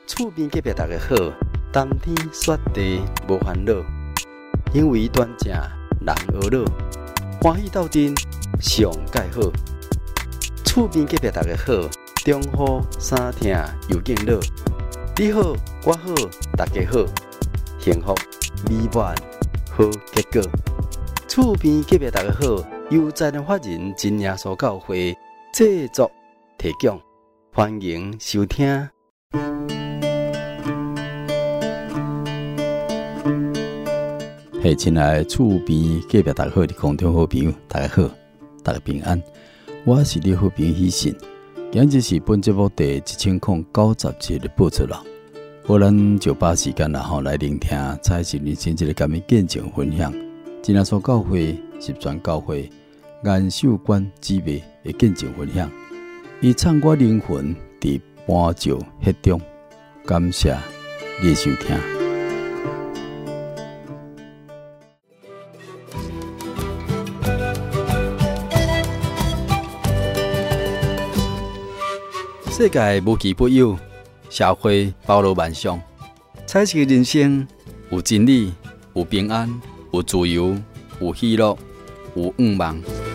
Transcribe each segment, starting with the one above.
厝边隔壁大家好，冬天雪地无烦恼，因为端正人和乐，欢喜斗阵上介好。厝边隔壁大家好，中雨三听又见乐，你好我好大家好，幸福美满好结果。厝边隔壁大家好，由在人法人真耶稣教会制作提供，欢迎收听。嘿，亲爱的厝边隔壁大家好，你空中好朋友，大家好，大家平安。我是你好朋友喜信，今日是本节目第1097的播出了。我咱就把时间来聆听蔡是人生一个感恩见证分享。真耶稣教会十全教会颜秀官姊妹的见证分享，伊唱我灵魂伫半石黑中，感谢你的收听。世界无奇不有，社会包罗万象。彩色人生有真理，有平安，有自由，有喜乐，有愿望。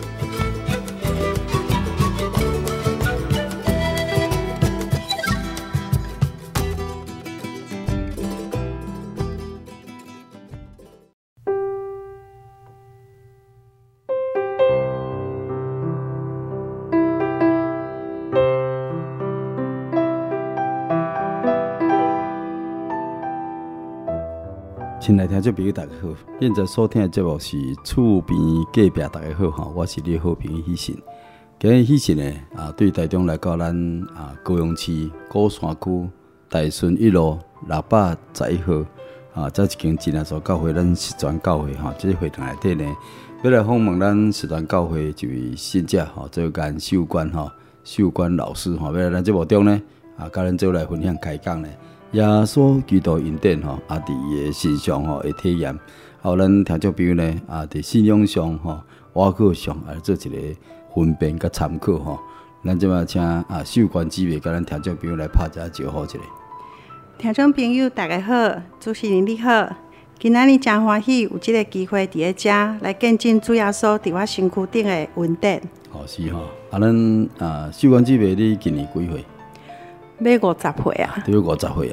亲爱的听众朋友，大家好！现在收听的节目是厝边隔壁大家好哈，我是你的好朋友喜信。今日喜信呢对台中来到咱高雄市鼓山区大顺一路611号这一间真耶稣教会，咱十全教会哈，这个会堂内底呢，要来访问咱十全教会一位信者哈，做颜秀官秀官老师哈，要来咱节目中呢甲咱做来分享开讲呢。耶稣基督恩典伫伊的身上的体验，还有咱听众朋友呢伫信仰上瓦课上做一个分辨甲参考咱即马请秀官姊妹甲咱听众朋友来拍一下招呼一下。 听众朋友大家好，主持人你好，今仔日真欢喜有这个机会伫咧遮来见证主耶稣伫我身躯顶的恩典。 是咱秀官姊妹你今年几岁？ 要50岁啊！ 要50岁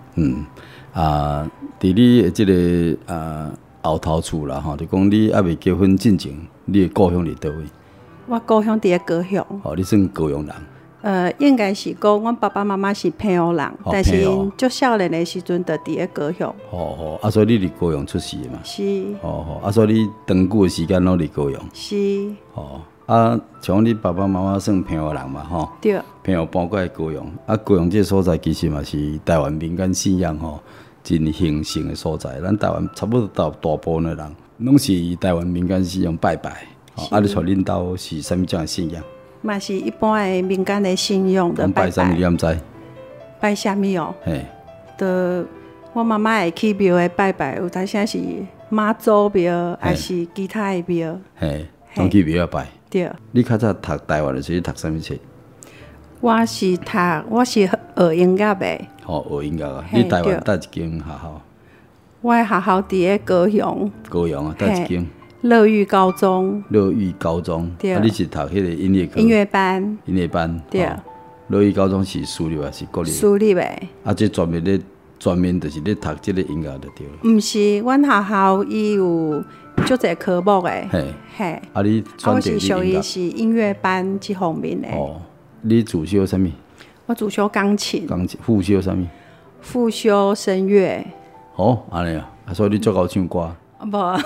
伫你的这个后头厝啦就讲你还未结婚之前，你的故乡伫倒位？ 我故乡伫咧高雄。 你算高雄人？ 应该是讲，阮爸爸妈妈是澎湖人，但是足少年的时阵就伫咧高雄。 所以你伫高雄出世的嘛？ 是。 所以你长久的时间拢伫高雄。 是。 像你爸爸妈妈算澎湖人嘛对。 澎湖搬过来高雄，高雄这个所在其实嘛是台湾民间信仰真兴盛的所在。咱台湾差不多大部分的人，拢是台湾民间信仰拜拜。你像恁兜是啥物种的信仰？ 嘛是一般的民间的信仰的拜拜。 拜啥物你毋知？ 拜啥物哦？ 嘿。 我妈妈会去庙的拜拜，有当时是妈祖庙，还是其他的庙。 嘿，拢去庙拜。 对。你较早读台湾的时候读啥物册？ 我是学音乐的。 学音乐啊！你台湾哪一间学校？ 我的学校伫咧高雄。 高雄哪一间？ 乐育高中。 乐育高中。 对。 你是读迄个音乐课？ 音乐班。 音乐班。 对。 乐育高中是私立还是国立？ 私立的。 这专门就是咧读这个音乐就对了。 毋是，阮学校伊有足侪科目的。 嘿。你选择我是属于是音乐班这方面的。 你主修啥物？ 我主修钢琴。 副修啥物？ 副修声乐。 安尼所以你足够唱歌。 无。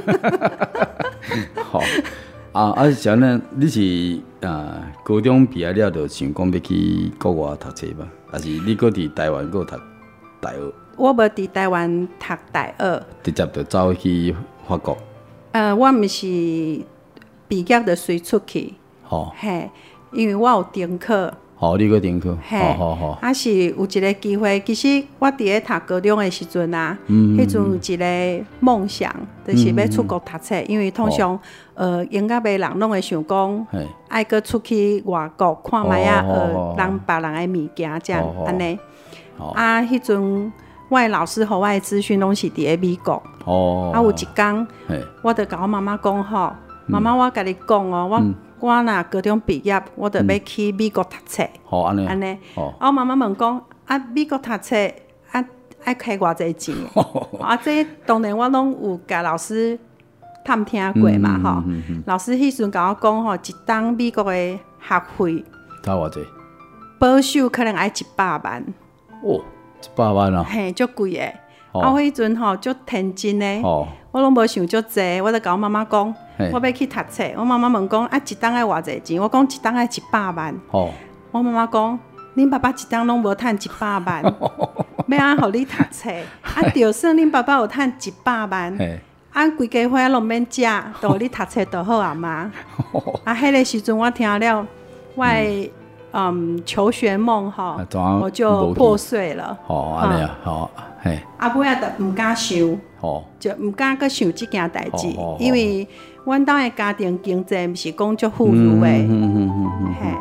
像呢，你是高中毕业了，就想讲要去国外读册吧？还是你搁伫台湾搁读大学？ 我无伫台湾读大学， 直接就走去法国。 我毋是毕业就随出去。嘿，因为我有订课。 你搁订课？ 是有一个机会，其实我伫咧读高中的时阵迄阵有一个梦想，就是要出国读册，因为通常音乐的人拢会想讲，爱搁出去外国看卖人别人的物件，这样安尼。 啊，迄阵我的老师和我的资讯拢是伫咧美国。 哦， 啊，有一天，我就甲我妈妈讲吼，妈妈，我甲你讲哦，我若高中毕业，我就要去美国读册。 好，安尼。 安尼。啊，我妈妈问讲，啊，美国读册啊，爱开偌济钱？啊，这当然我拢有甲老师探听过嘛，吼。老师迄阵甲我讲吼，一档美国的学费， 他偌济？ 保守可能爱100万。 哦，100万啊！ 嘿，足贵的。啊，我迄阵吼足天真的，我拢无想足济，我就甲我妈妈讲，我要去读册。我妈妈问讲，啊，一档爱偌济钱？我讲一档爱100万。我妈妈讲，恁爸爸一档拢无趁100万，要安互你读册？啊，就算恁爸爸有趁100万，啊，规家伙拢免食，都互你读册就好啊嘛。啊，迄个时阵我听了，我的求学梦吼，我就破碎了。 安尼啊，好。 啊，尾仔就毋敢想，就毋敢搁想即件代志，因为阮兜的家庭经济毋是讲足富裕的。嘿。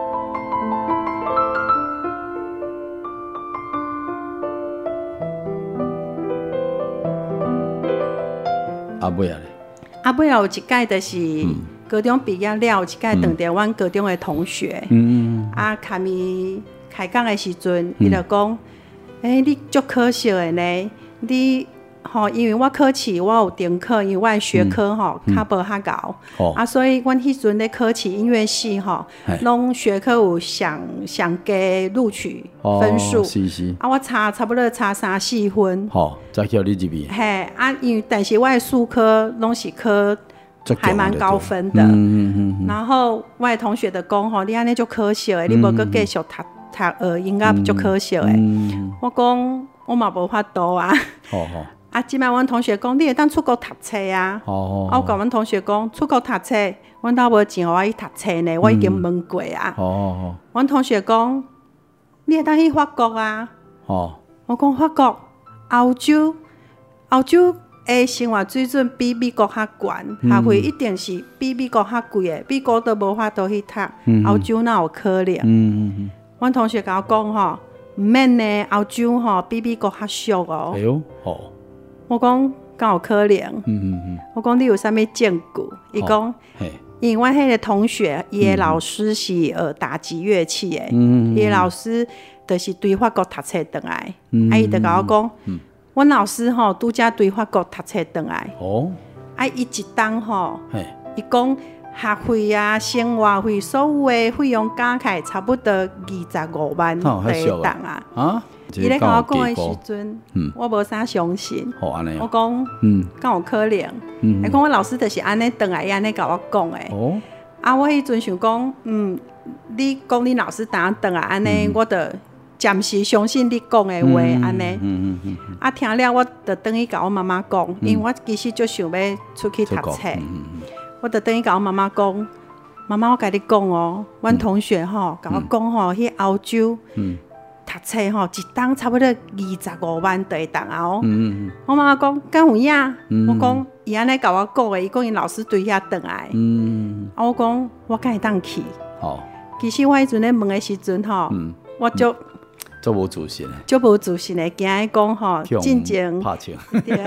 啊，尾仔咧？ 啊，尾仔有一届就是高中毕业了，有一届撞着阮高中的同学。啊，开咪开讲的时阵，伊就讲。你足可惜的呢！你因为我考试我有停课，因为我的学科较无较高，啊，所以阮迄阵咧考试音乐系拢学科有上加录取分数，啊，我差不多差3-4分， 才叫你入去。 嘿，啊，因为但是我的数科拢是科还蛮高分的，然后我的同学就讲你安尼足可惜的，你无搁继续读音乐足可惜的。我讲我嘛无法度啊。啊，即摆阮同学讲，你会当出国读册啊？我甲阮同学讲，出国读册，阮兜无钱互我去读册呢，我已经问过啊。阮同学讲，你会当去法国啊？我讲法国、欧洲的生活水准比美国较悬，学费一定是比美国较贵的，美国都无法度去读，欧洲哪有可能？阮同学甲我讲毋免呢，欧洲比美国较俗哦。 哎呦， 我讲敢有可能？我讲你有啥物证据？伊讲，因为阮迄个同学，伊的老师是打击乐器的，伊的老师就是对法国读册回来，啊，伊就甲我讲，阮老师拄则对法国读册回来，啊，伊一档伊讲。学费啊、生活费，所有的费用加起来差不多25万第一档啊！伊咧甲我讲的时阵，我无啥相信。我讲，敢有可能？伊讲我老师就是安尼转来，伊安尼甲我讲的。啊，我迄阵想讲，你讲你老师转来安尼，我就暂时相信你讲的话安尼。啊，听了我就转去甲我妈妈讲，因为我其实就想要出去读册。我就等于甲我妈妈讲，妈妈，我甲你讲哦，阮同学甲我讲去欧洲读册一档差不多25万第一档哦。我妈妈讲，敢有影？我讲伊安尼甲我讲的，伊讲因老师对遐转来。我讲我敢会当去？其实我迄阵咧问的时阵我就足无自信的， 足无自信的，惊伊讲进前拍枪，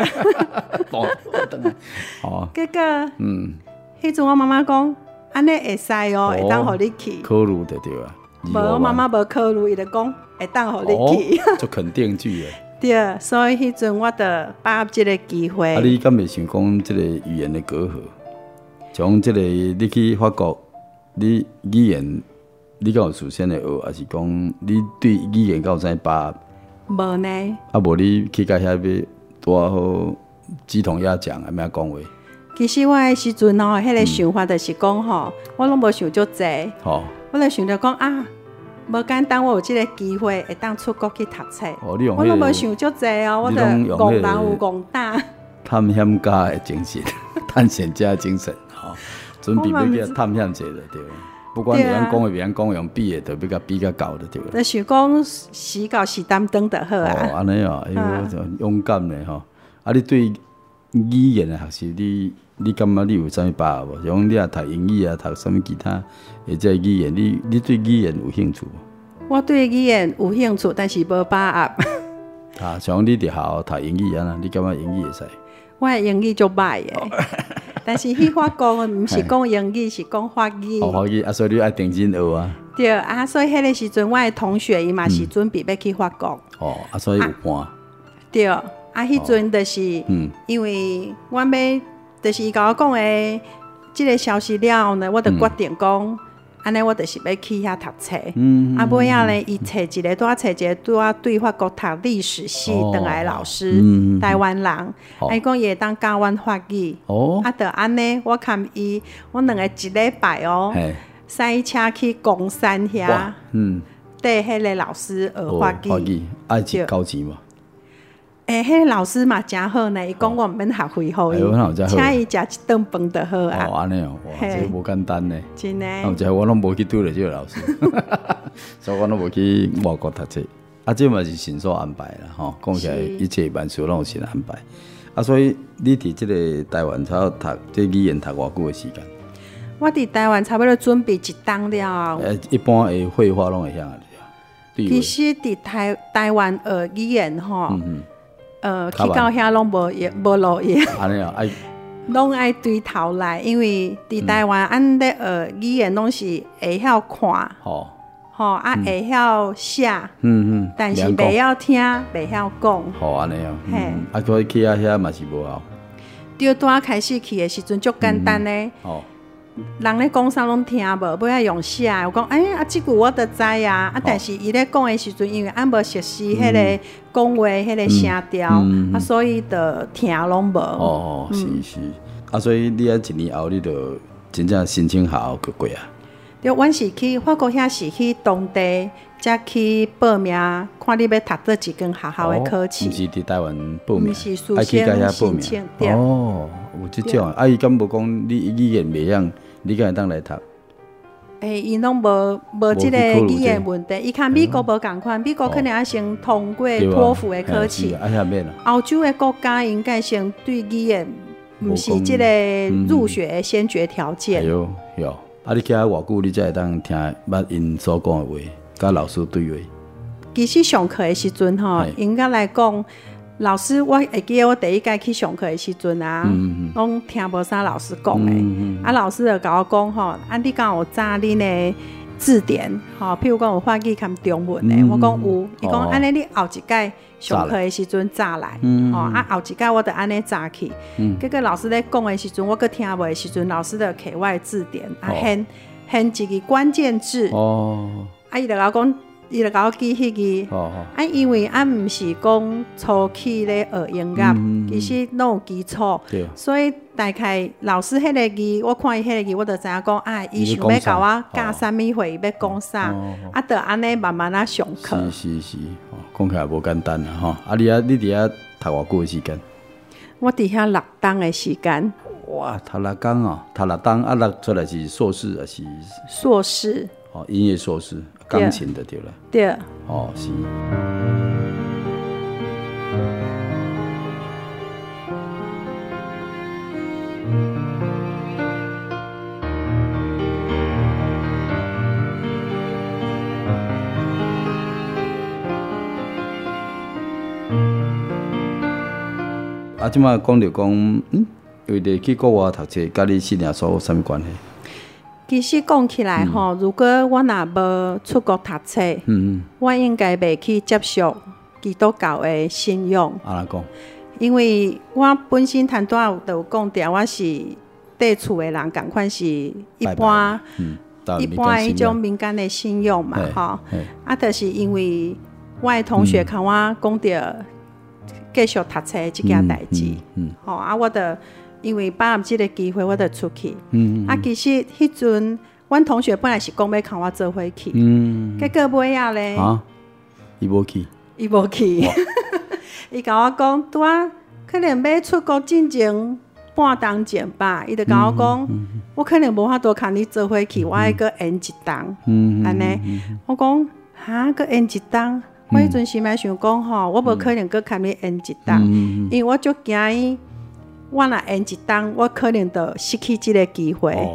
结果迄阵我妈妈讲，安尼会使会当互你去。 考虑就对啊。 无，我妈妈无考虑，伊就讲会当互你去。 就肯定句诶。 对，所以迄阵我就把握即个机会。 你敢袂想讲即个语言的隔阂？从即个你去法国，你语言你敢有事先的学，还是讲你对语言敢有啥把握？ 无呢。 无你去到遐要多好鸡同鸭讲，安怎讲话？ 其实我的时阵迄个想法就是讲我拢无想足济，我就想着讲无简单，我有即个机会会当出国去读册，我拢无想足济我就戆人有戆胆， 探险家的精神，探险家的精神，准备要去探险者就对。不管会晓讲的袂晓讲，用比的，就要甲比较高就对了。 就想讲死到死担当就好啊。 安尼啊，勇敢的你对语言的学习，你感觉你有啥物把握无？像你读英语读什么其他或者语言，你对语言有兴趣无？ 我对语言有兴趣，但是无把握。 啊，像你伫学校读英语啊，你感觉英语会使？ 我的英语足歹的，但是去法国毋是讲英语，是讲法语。 法语啊，所以你爱定真学啊。 对啊，所以迄个时阵，我的同学伊嘛是准备要去法国。 啊，所以有伴。 对，啊，迄阵就是因为我要，就是伊甲我讲的即个消息了后呢，我就决定讲。安尼我就是要去遐读册，尾仔呢，伊找一个对法国读历史系转来的老师，台湾人，伊讲伊会当教阮法语，就安尼，我看伊，我两个一礼拜塞车去公山遐，缀迄个老师学法语， 爱是交钱嘛？ 迄个老师嘛真好呢，伊讲我毋免学费互伊，请伊食一顿饭就好啊。 安尼哇，这无简单呢。 真诶。 啊，我拢无去拄着这个老师，所以我拢无去外国读册。啊，这嘛是神所安排啦，吼。讲起来，一切万事拢有神安排。啊，所以你伫这个台湾差不多读这语言读偌久的时间？ 我伫台湾差不多准备一冬了。 一般的绘画拢会晓。 其实伫台湾语言吼。去到遐拢无路用， 安尼啊， 拢爱对头来，因为伫台湾按咧语言拢是会晓看，啊会晓写，但是袂晓听，袂晓讲， 安尼啊，所以去遐嘛是无效。 对，拄开始去的时阵足简单咧。人咧讲啥拢听无，尾仔用写。我讲，即句我都知啊，但是伊咧讲的时阵，因为俺无熟悉迄个讲话迄个声调，所以就听拢无。 是。啊，所以你一年后，你就真正申请学校去过啊？ 对，阮是去法国遐，是去当地才去报名，看你要读倒一间学校的考试。 毋是伫台湾报名， 是事先申请。 有即种啊？伊敢无讲你语言袂晓，你敢会当来读？ 伊拢无即个语言问题。伊看美国无共款，美国可能要先通过托福的考试。欧洲的国家应该先对语言，毋是即个入学的先决条件。 有。啊！你去遐偌久，你才会当听捌因所讲的话，甲老师对话。 其实上课的时阵吼，应该来讲，老师我会记得我第一届去上课的时阵啊，拢听无啥老师讲的。啊，老师就甲我讲吼，你敢有查恁的字典？譬如讲有法语含中文的，我讲有。伊讲安尼，你后一届上课的时阵查来，后一届我就安尼查去。结果老师咧讲的时阵，我搁听无的时阵，老师就课外字典现一个关键字。伊就甲我讲。伊就甲我记迄个，因为毋是讲初期咧学英语，其实拢有基础，所以大概老师迄个字，我看伊迄个字，我就知影讲，伊想要甲我教啥物货，伊要讲啥，就安尼慢慢上课。 是，讲起来无简单啦吼。你伫遐读偌久的时间？ 我伫遐6冬的时间。 哇，读6工哦，读6冬啊，读出来是硕士还是？ 硕士。 音乐硕士，钢琴的对了。 对。 是。即摆讲着讲，为了去国外读册，甲你信仰所有啥物关系？ 其实讲起来吼，如果我若无出国读册，我应该袂去接受基督教的信仰。 安怎讲？ 因为我本身头拄仔有讲着，我是地厝的人，共款是一般的迄种民间的信仰嘛，吼。就是因为我的同学甲我讲着继续读册即件代志，我着。因为把握这个机会，我就出去。其实迄阵，阮同学本来是讲要跟我做伙去，结果尾仔咧， 伊无去， 伊甲我讲，拄仔可能要出国进前半冬前吧，伊就甲我讲，我可能无法度跟你做伙去，我要搁延一冬，安尼。我讲搁延一冬，我迄阵时嘛想讲吼，我无可能搁跟你延一冬，因为我足惊伊。我若延一冬，我可能就失去这个机会，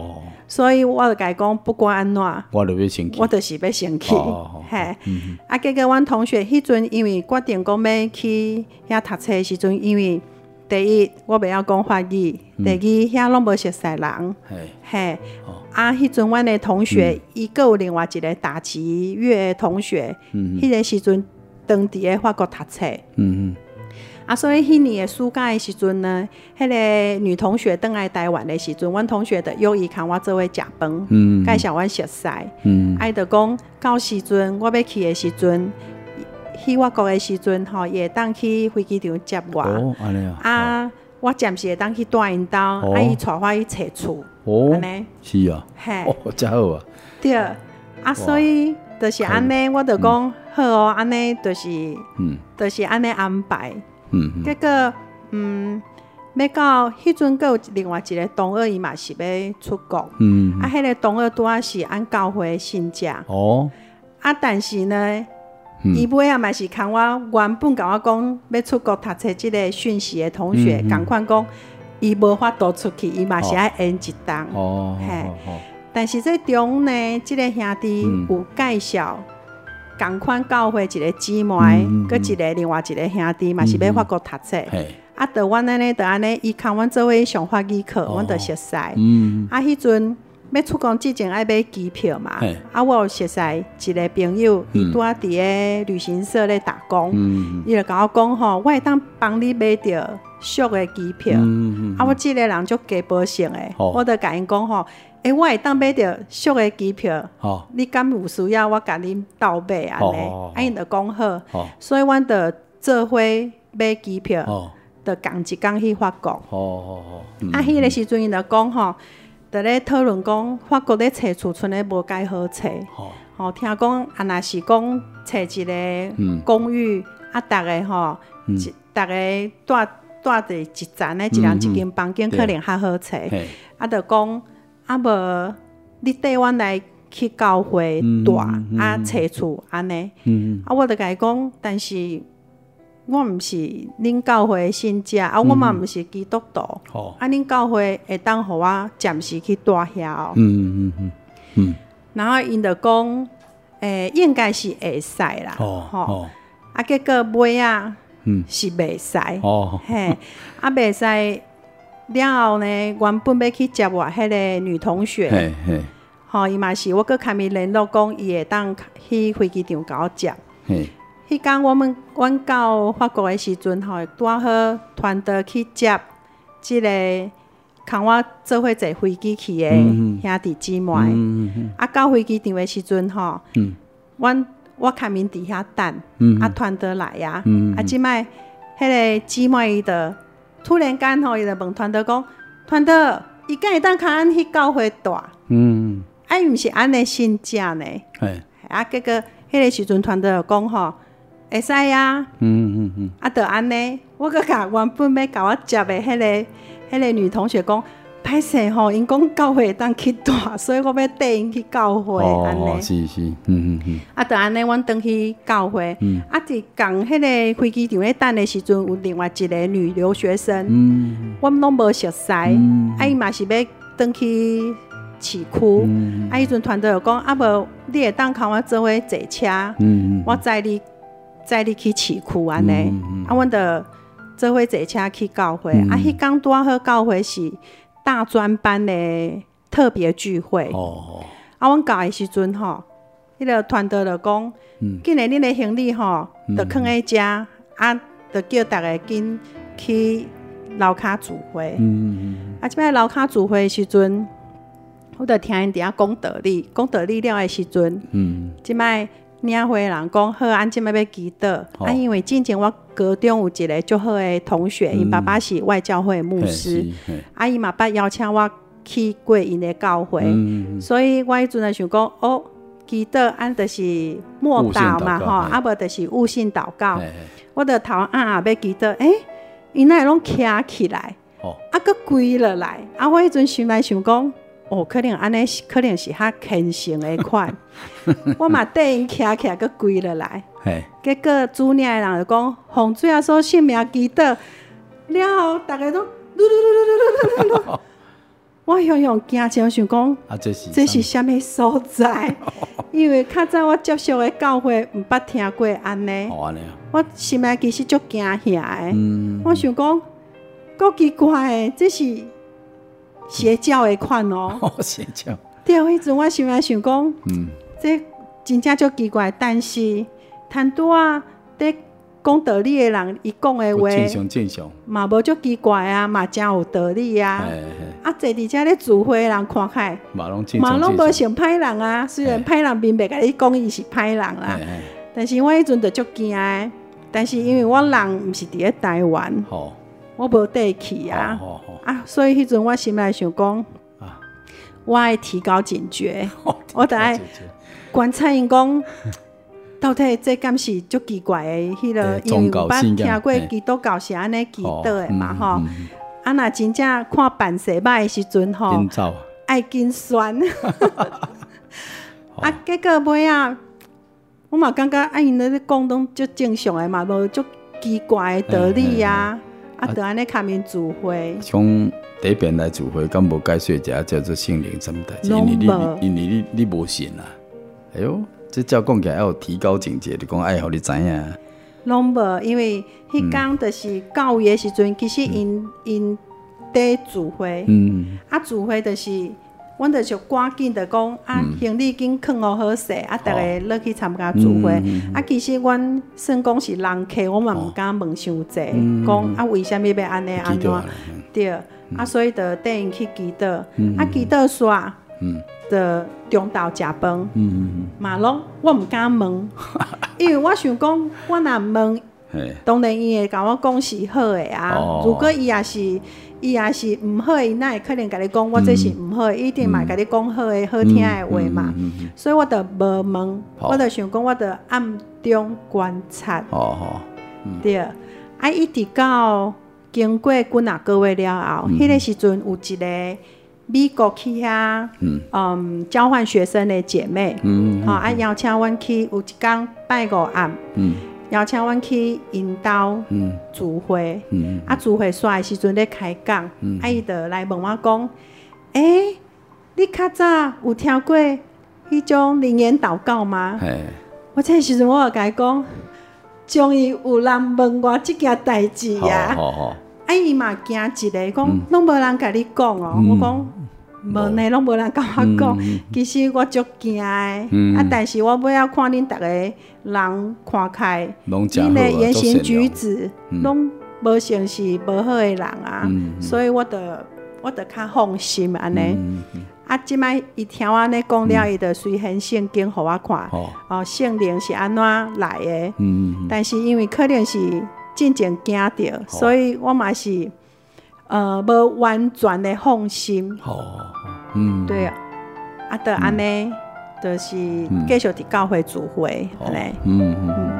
所以我就甲伊讲，不管安怎， 我就要生气， 我就是要生气。嘿，结果阮同学迄阵因为决定讲要去遐读册的时阵，因为第一我袂晓讲法语，第二遐拢无熟悉人，嘿，迄阵阮的同学伊阁有另外一个打击乐的同学，迄个时阵当伫咧法国读册。所以迄年的暑假的时阵呢，迄个女同学倒来台湾的时阵，阮同学就约伊跟我做伙食饭，介绍阮熟悉。伊就讲到时阵我要去的时阵，去外国的时阵伊会当去飞机场接我。 安尼我暂时会当去带因兜，伊带我去找厝。安尼是啊，真好啊。 对，所以就是安尼，我就讲好哦，安尼就是安尼安排。结果要到迄阵，阁有另外一个同学，伊嘛是要出国。迄个同学拄仔是按教会的信者。但是呢，伊尾仔嘛是看我原本甲我讲要出国读册即个讯息的同学，共款讲伊无法度出去，伊嘛是爱延一档。但是这中呢，即个兄弟有介绍。共款教会一个姊妹，佮一个另外一个兄弟嘛是要法国读册，就阮安尼，伊牵阮做伙上法语课，阮就熟悉。迄阵要出国之前爱买机票嘛，我有熟悉一个朋友，伊拄仔伫咧旅行社咧打工，伊就甲我讲吼，我会当帮你买着俗的机票，我即个人足加保险的，我就甲因讲吼。我会当买着俗的机票，你敢有需要我甲你倒买安尼？因就讲好，所以阮就做伙买机票，就共一工去法国。迄个时阵因就讲吼，就咧讨论讲法国咧找厝村咧无介好找，听讲若是讲找一个公寓，逐个吼，逐个住伫一层咧，一人一间房间，可能较好找。就讲。无你缀阮来去教会住找厝安尼，我就甲伊讲，但是我毋是恁教会的信者，我嘛毋是基督徒，恁教会会当互我暂时去住遐。然后因就讲，应该是会使啦，结果尾仔是袂使，袂使。了后呢，原本要去接我迄个女同学，伊嘛是我搁开咪联络讲，伊会当去飞机场甲我接。迄天阮到法国的时阵，拄好团队去接即个跟我做伙坐飞机去的兄弟姊妹。到飞机场的时阵，我开咪伫遐等，团队来啊，即摆迄个姊妹伊就。突然间伊就问团队讲，团队，伊敢会当牵咱去教会住？伊毋是安尼信者呢？结果迄个时阵团队就讲吼，会使啊。就安尼，我阁甲原本要甲我接的迄个女同学讲，歹势吼，因讲教会会当去住，所以我要带因去教会安尼。 是， 就安尼，阮转去教会。伫共迄个飞机场咧等的时阵，有另外一个女留学生，我们拢无熟悉。伊嘛是要转去市区。迄阵团队就讲，无你会当跟我做伙坐车，我载你去市区安尼。阮就做伙坐车去教会。迄天拄好教会是大专班的特别聚会。阮到的时阵吼，迄个团队就讲，既然恁的行李吼，就放在遮，就叫大家紧去楼骹聚会。即摆楼骹聚会的时阵，我就听因伫遐讲道理，讲道理了的时阵，即摆领会人讲好，按即摆要祈祷。因为之前我高中有一个足好的同学，因爸爸是外教会的牧师，伊嘛捌邀请我去过因的教会，所以我迄阵就想讲，祈祷按就是默祷嘛，无就是悟性祷告。我就头要祈祷，因那拢徛起来，佫跪落来。我迄阵想来想讲，可能安尼，可能是较虔诚的款。我嘛缀因徛起来，佫跪落来。结果主领的人就讲，洪水啊，说性命祈祷了后，大家都我雄雄惊前想讲，这是啥物所在？因为较早我接触的教会毋捌听过安尼，我心内其实足惊吓的。我想讲，够奇怪的，这是邪教的款哦。 邪教。 对，迄阵我心内想讲，这真正足奇怪，但是摊拄啊，伫讲道理的人，伊讲的话， 正常， 嘛无足奇怪啊，嘛真有道理啊。啊，坐伫遮咧聚会的人看起来，嘛拢无像歹人啊。虽然歹人并袂甲你讲伊是歹人啦，但是我迄阵就足惊的。但是因为我人毋是伫咧台湾，我无地去啊。所以迄阵我心内想讲，我爱提高警觉，我得爱观察因讲。到底这敢是足奇怪的？迄个因为有捌听过基督教是安尼祈祷的嘛吼。啊，若真正看办事歹的时阵吼，爱紧选。啊，结果尾啊，我嘛感觉啊，因咧讲拢足正常的嘛，无足奇怪的道理啊。啊，就安尼卡面聚会。 像第一遍来聚会，敢无解说一下叫做圣灵什么代志？因为你无信啊。哎呦！这照讲起来要提高警戒，就讲爱互你知影。 拢无，因为迄天就是教育的时阵，其实因在聚会，啊聚会就是，阮就是赶紧的讲啊，行李紧藏好好势，啊，大家落去参加聚会。啊，其实阮算讲是人客，我嘛毋敢问伤济，讲啊为虾米要安尼安怎？对，啊，所以就带因去祈祷，啊祈祷煞。的中昼食饭，嘛拢我毋敢问，因为我想讲，我若问，当然伊会甲我讲是好的啊。如果伊也是毋好的，伊哪会可能甲你讲我这是毋好的？伊一定嘛甲你讲好的、好听的话嘛。所以我就无问，我就想讲，我就暗中观察。对，啊，一直到经过几啊个月了后，迄个时阵有一个。美国去遐，交换学生的姐妹，啊邀请阮去，有一天拜五暗，邀请阮去因兜聚会，啊聚会煞的时阵咧开讲，啊伊就来问我讲，你较早有听过迄种灵言祷告吗？我这时阵我就甲伊讲，终于有人问我这件代志啊！啊伊嘛惊一个，讲拢无人甲你讲哦，我讲。无呢，拢无人甲我讲。其实我足惊的，啊！但是我尾仔看恁逐个人看开，恁的言行举止拢无像是无好的人啊，所以我就较放心安尼。啊，即摆伊听我安尼讲了，伊就随行圣经互我看，圣灵是安怎来的？但是因为可能是真正惊着，所以我嘛是。无完全的放心，对啊，啊，就安尼，就是继续伫教会聚会，安尼，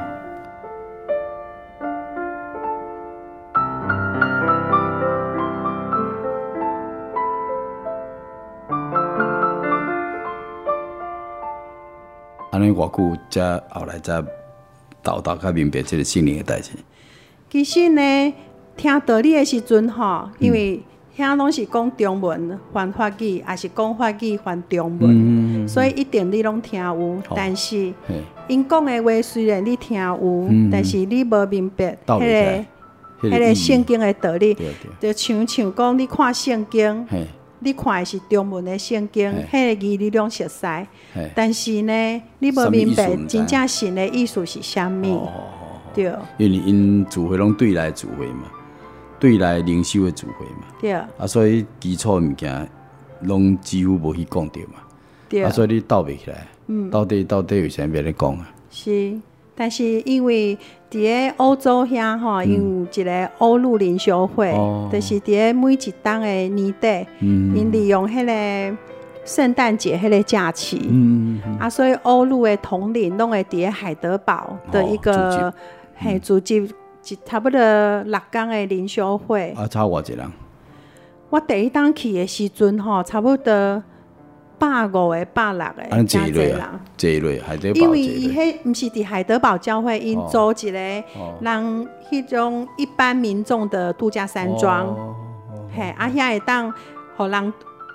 安尼偌久，才后来才豆较明白这个圣灵的代志。 其实呢。听道理的时阵吼，因为遐拢是讲中文翻法语，也是讲法语翻中文，所以一定你拢听有。但是因讲的话虽然你听有，但是你无明白迄个圣经的道理。就像讲你看圣经，你看的是中文的圣经，迄个字你拢熟悉，但是呢，你无明白真正神的意思是啥物？对， 因为因聚会拢对来聚会嘛。对来灵修的聚会嘛， 对啊，所以基础物件拢几乎无去讲到嘛，对啊，所以你斗袂起来，到底有啥要咧讲啊？ 是，但是因为伫咧欧洲遐吼，因有一个欧陆灵修会，就是伫咧每一档的年底，因利用迄个圣诞节迄个假期，啊，所以欧陆的统领拢会伫咧海德堡的一个组织。差不多6天的灵修会。 啊，差偌济人？ 我第一当去的时阵吼，差不多150个、160个，真侪人。 这类海德堡。 因为伊迄毋是伫海德堡教会，因租一个让迄种一般民众的度假山庄，嘿，啊遐会当互人。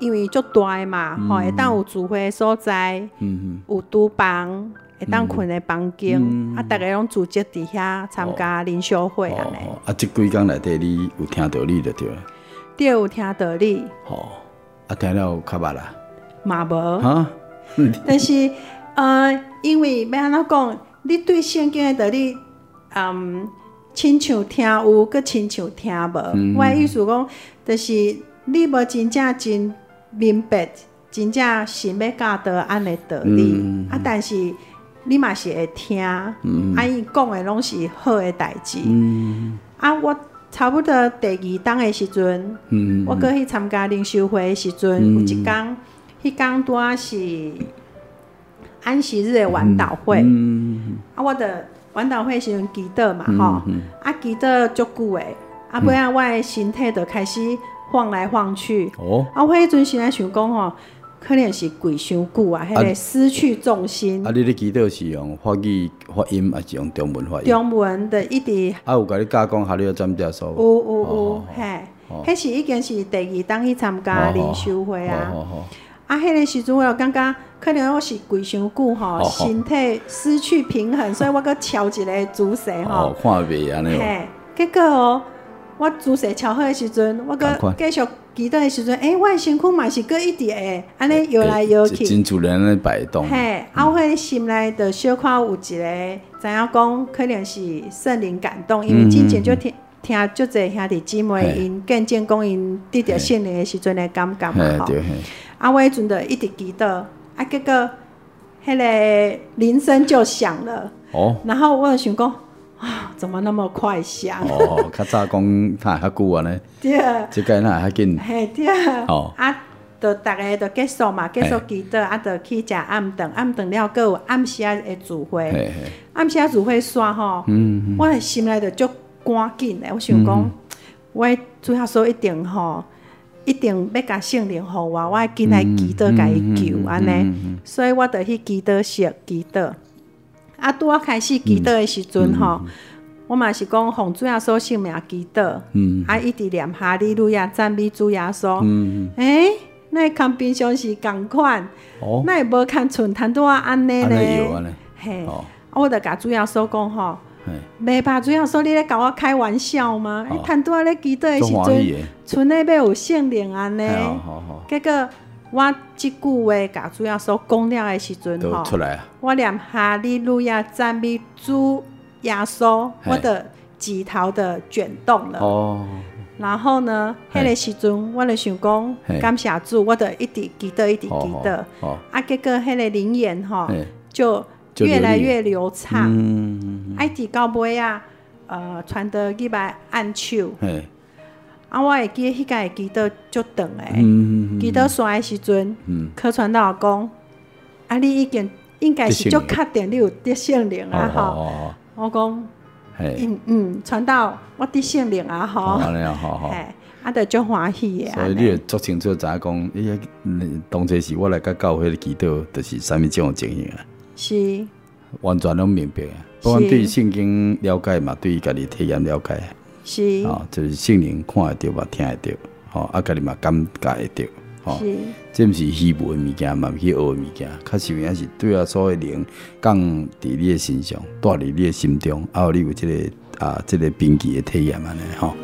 因为足大的嘛，吼、会当有聚会的所在，有厨房，会当困的房间，大家拢组织伫遐参加灵修会安尼。 这几天内底你有听到你就对了。 对，有听到你。 听了有较捌啦。 嘛无。但是因为要安怎讲，你对圣经的道理，亲像听有，佮亲像听无。我的意思讲，就是你无真正真明白，真正神要教导安的道理。但是你嘛是会听，伊讲的拢是好的代志。我差不多第二天的时阵，我搁去参加灵修会的时阵，有一天，迄天拄仔是安息日的晚祷会。我的晚祷会时阵祈祷嘛，祈祷足久的，尾仔我的身体就开始晃来晃去。我迄阵时在想讲可能是跪伤久啊，迄个失去重心。 你咧祈祷是用法语发音，还是用中文发音？ 中文的一直。 有甲你教讲哈利路占教授？ 有，嘿，迄是已经是第二当去参加灵修会啊。迄个时阵我就感觉，可能我是跪伤久身体失去平衡，所以我搁敲一个姿势看袂安尼。 嘿，结果我姿势敲好的时阵，我搁继续祈祷的时阵，我的身躯嘛是搁一直会安尼摇来摇去， 真自然咧摆动。 嘿，我迄心内就小可有一个知影讲，可能是圣灵感动，因为之前就听足侪兄弟姊妹因见证讲因得到圣灵的时阵的感觉嘛吼。我迄阵就一直祈祷，结果迄个铃声就响了。然后我就想讲。怎么那么快响？ 较早讲他较久安尼。对。这个哪会较紧？ 嘿，对。就大家就结束嘛，结束祈祷，就去食暗顿，暗顿了，搁有暗时的聚会。暗时聚会煞吼，我的心内就足赶紧的。我想讲，我主要说一定要甲圣灵互我会紧来祈祷，甲伊求安尼。所以我就去祈祷室祈祷。拄我开始祈祷的时阵我嘛是讲奉主耶稣圣名祈祷，一直念哈利路亚赞美主耶稣。那跟平常时同款，那会无看像摊拄安尼咧。嘿，我就甲主耶稣讲袂吧，主耶稣你咧甲我开玩笑吗？摊拄咧祈祷的时阵，剩咧要有圣灵安尼。结果我即句话甲主耶稣讲了的时阵我念哈利路亚赞美主耶稣，我的指头的卷动了。然后呢，迄个时阵我就想讲感谢主，我就一直祈祷，一直祈祷。结果迄个灵言就越来越流畅。一直到尾传到入来按手。我会记迄个祈祷足长诶，祈祷煞的时阵，柯传道讲，你已经应该是足确定你有得圣灵啊吼。我讲，传道我得圣灵啊吼。安尼好。就足欢喜诶。 所以你会足清楚知影讲，当初是我来甲教会祈祷，就是啥物种情形啊？ 是。 完全拢明白啊，不管对圣经了解嘛，对家己体验了解。 是， 就是圣灵看会到嘛，听会到，家己嘛感觉会到，是，这毋是虚无的物件，嘛毋去学的物件，较实有影是对啊，所有灵降伫你的身上，住伫你的心中，你有这个bin奇的体验安尼，好。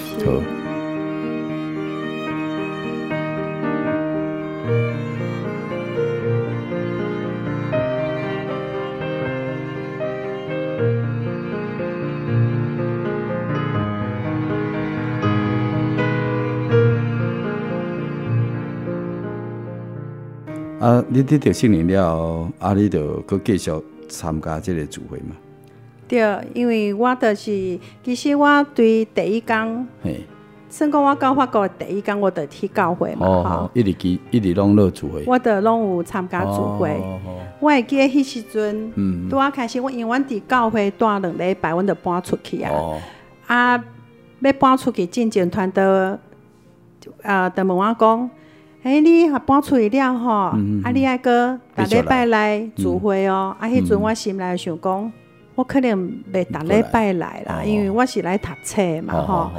你得到圣灵了后，你就搁继续参加这个聚会嘛？ 对，因为我就是其实我对第一天，算讲我到法国第一天，我就去教会嘛， 一直拢落聚会， 我就拢有参加聚会。我会记得迄时阵，拄开始，因为阮伫教会住2礼拜，阮就搬出去啊。要搬出去进前，团队就问我讲。你搬出去了吼，你爱搁逐礼拜来聚会哦。迄阵我心内想讲，我可能袂逐礼拜来啦，因为我是来读册嘛吼。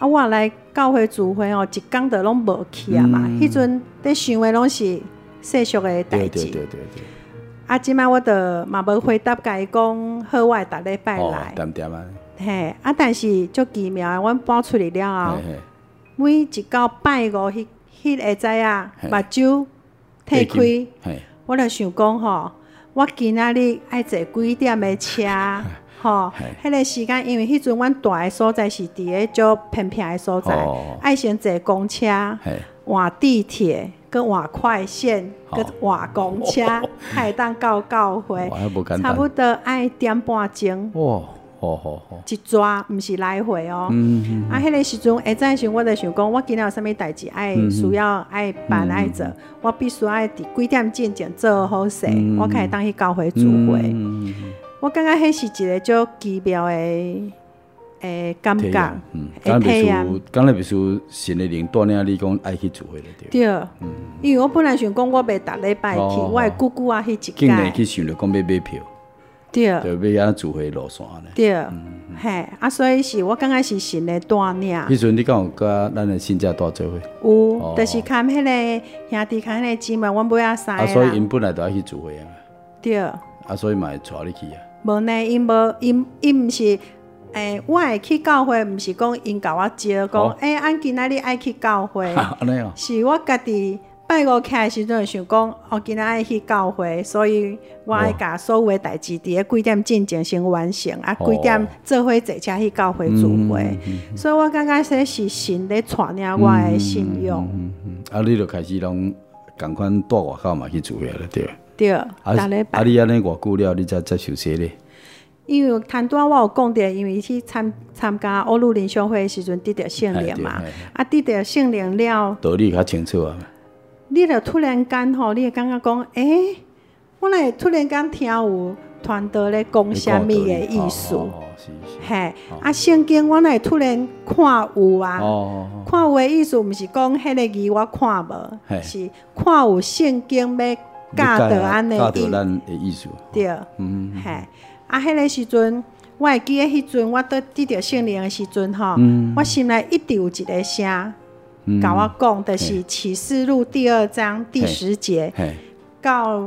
啊，我来教会聚会哦，一工就拢无去啊嘛。迄阵咧想的拢是世俗的代志。 对。 啊，即摆我就嘛无回答，甲伊讲好，我会逐礼拜来。 点啊。 嘿，啊，但是足奇妙的，阮搬出去了后，每一到拜五迄个知啊，目睭褪开，我就想讲吼，我今仔日爱坐几点的车，吼，迄个时间，因为迄阵阮住的所在是伫个足偏僻的所在，爱先坐公车，换地铁，跟换快线，跟换公车，才会当到教会，差不多爱点半钟。 哇！ 一抓，毋是来回哦。啊，迄个时阵会知时，我就想讲，我今日有啥物代志爱需要爱办爱做，我必须爱伫几点之前做好势，我才会当去教会聚会。我感觉迄是一个足奇妙的感觉，体验。 刚才必须神的灵带领你讲爱去聚会了，对。 对，因为我本来想讲，我袂逐礼拜去，我会久久啊去一届。 竟然去想着讲要买票。 对， 就要安聚会路线呢。 对，嘿，啊，所以是我感觉是神的带领。 迄阵你敢有甲咱的新家大做伙？ 有，就是看迄个兄弟，看迄个姊妹，阮尾仔三个。 所以因本来就要去聚会啊。 对。 所以嘛会带你去啊。 无呢，因毋是，我会去教会，毋是讲因甲我招，讲俺今仔日爱去教会。 安尼哦。 是我家己。拜五起的时阵想讲，今仔爱去教会，所以我爱甲所有的代志伫咧几点之前先完成，啊，几点做伙坐车去教会聚会，所以我感觉这是神咧带领我的信仰。 啊，你就开始拢共款带外口嘛去聚会了，对。 对， 逐礼拜。你安尼偌久了，你才接受洗礼？ 因为摊端我有讲到，因为去参加欧陆灵修会的时阵得到圣灵嘛，啊，得到圣灵了， 道理较清楚啊。 你就突然间吼，你会感觉讲，我来突然间听有传道咧讲啥物的意思，嘿，啊，圣经我来突然看有啊，看有的意思，毋是讲迄个字我看无，是看有圣经要教导安尼意思， 对，嘿，啊，迄个时阵，我会记得迄阵我得到圣灵的时阵吼，我心内一直有一个声。甲我讲的是启示录第2章第10节到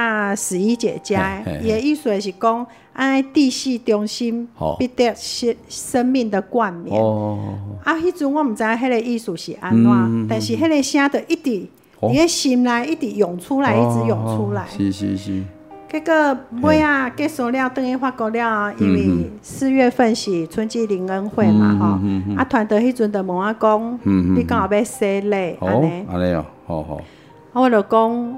11节加，伊的意思是讲，地系中心必得生命的冠冕。啊，迄阵我毋知迄个意思是安怎，但是迄个声就一直你的心内一直涌出来，一直涌出来。 是。 结果尾啊结束了，等于法国了，因为4月份是春季灵恩会嘛，吼，啊，团队迄阵就问我讲，你敢有要洗礼？安尼哦，好。 我就讲，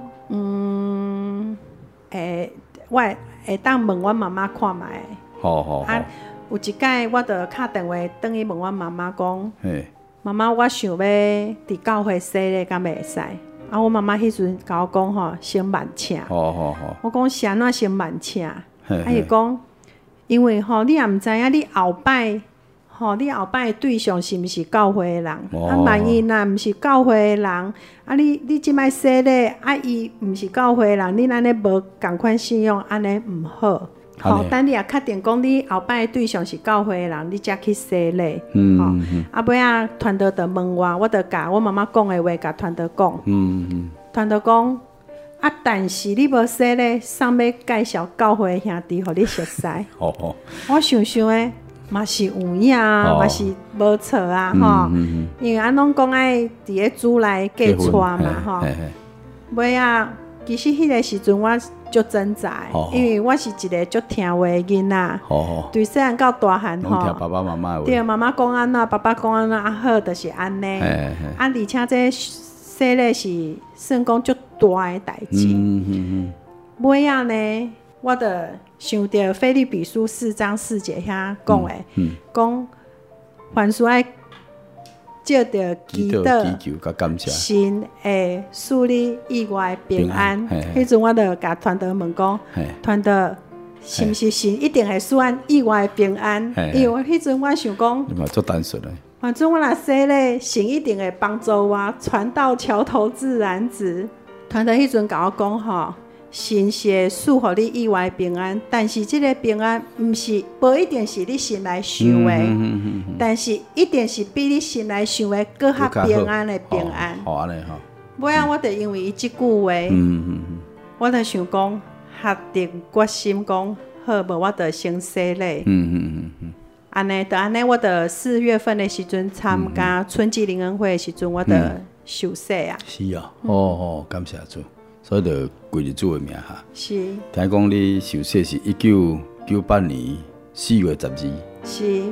我会当问我妈妈看卖。 好。 啊，有一摆我就敲电话等于问我妈妈讲，妈妈，我想要伫教会洗礼，敢袂使？啊！我妈妈迄阵甲我讲吼，先慢请。我讲是安怎先慢请？伊讲，因为吼，你也毋知影你后摆，你后摆的对象是毋是教会的人？啊，万一若毋是教会的人，啊，你即摆洗礼，啊，伊毋是教会的人，你安尼无共款信仰，安尼毋好。等你也确定讲你后摆的对象是教会的人，你才去洗礼。啊，尾啊，团队就问我就甲我妈妈讲的话，甲团队讲。团队讲啊，但是你无洗礼，上要介绍教会的兄弟，互你熟悉。我想想诶，嘛是有影啊，嘛是无错啊，吼。因为俺拢讲爱伫咧主内嫁娶嘛，吼。尾啊，其实迄个时阵我足挣扎，因为我是一个足听话的囡仔，对细汉到大汉吼， 听爸爸妈妈的话， 对妈妈讲安怎，爸爸讲安怎，啊好，就是安尼。而且这洗礼是算讲足大的代志。尾仔呢，我就想到腓立比书4章4节遐讲的，讲凡事爱借着祈祷，神会赐你意外平安。迄阵我就甲团队问讲，团队是毋是神一定会赐俺意外平安？因为我迄阵我想讲， 你嘛足单纯的。 反正我若洗礼，神一定会帮助我，船到桥头自然直。团队迄阵甲我讲吼， 神是赐予你意外平安，但是这个平安毋是无一定是你心内想的，但是一定是比你心内想的更较平安的平安。 好安尼吼。 尾啊，我就因为伊即句话，我就想讲，下定决心讲，好无我就先洗礼。安尼，我的4月份的时阵参加春季灵恩会的时阵，我就受洗啊。 是啊，感谢主，所以就跪入主的名下。 是。 听讲你受洗是1998年4月12。 是。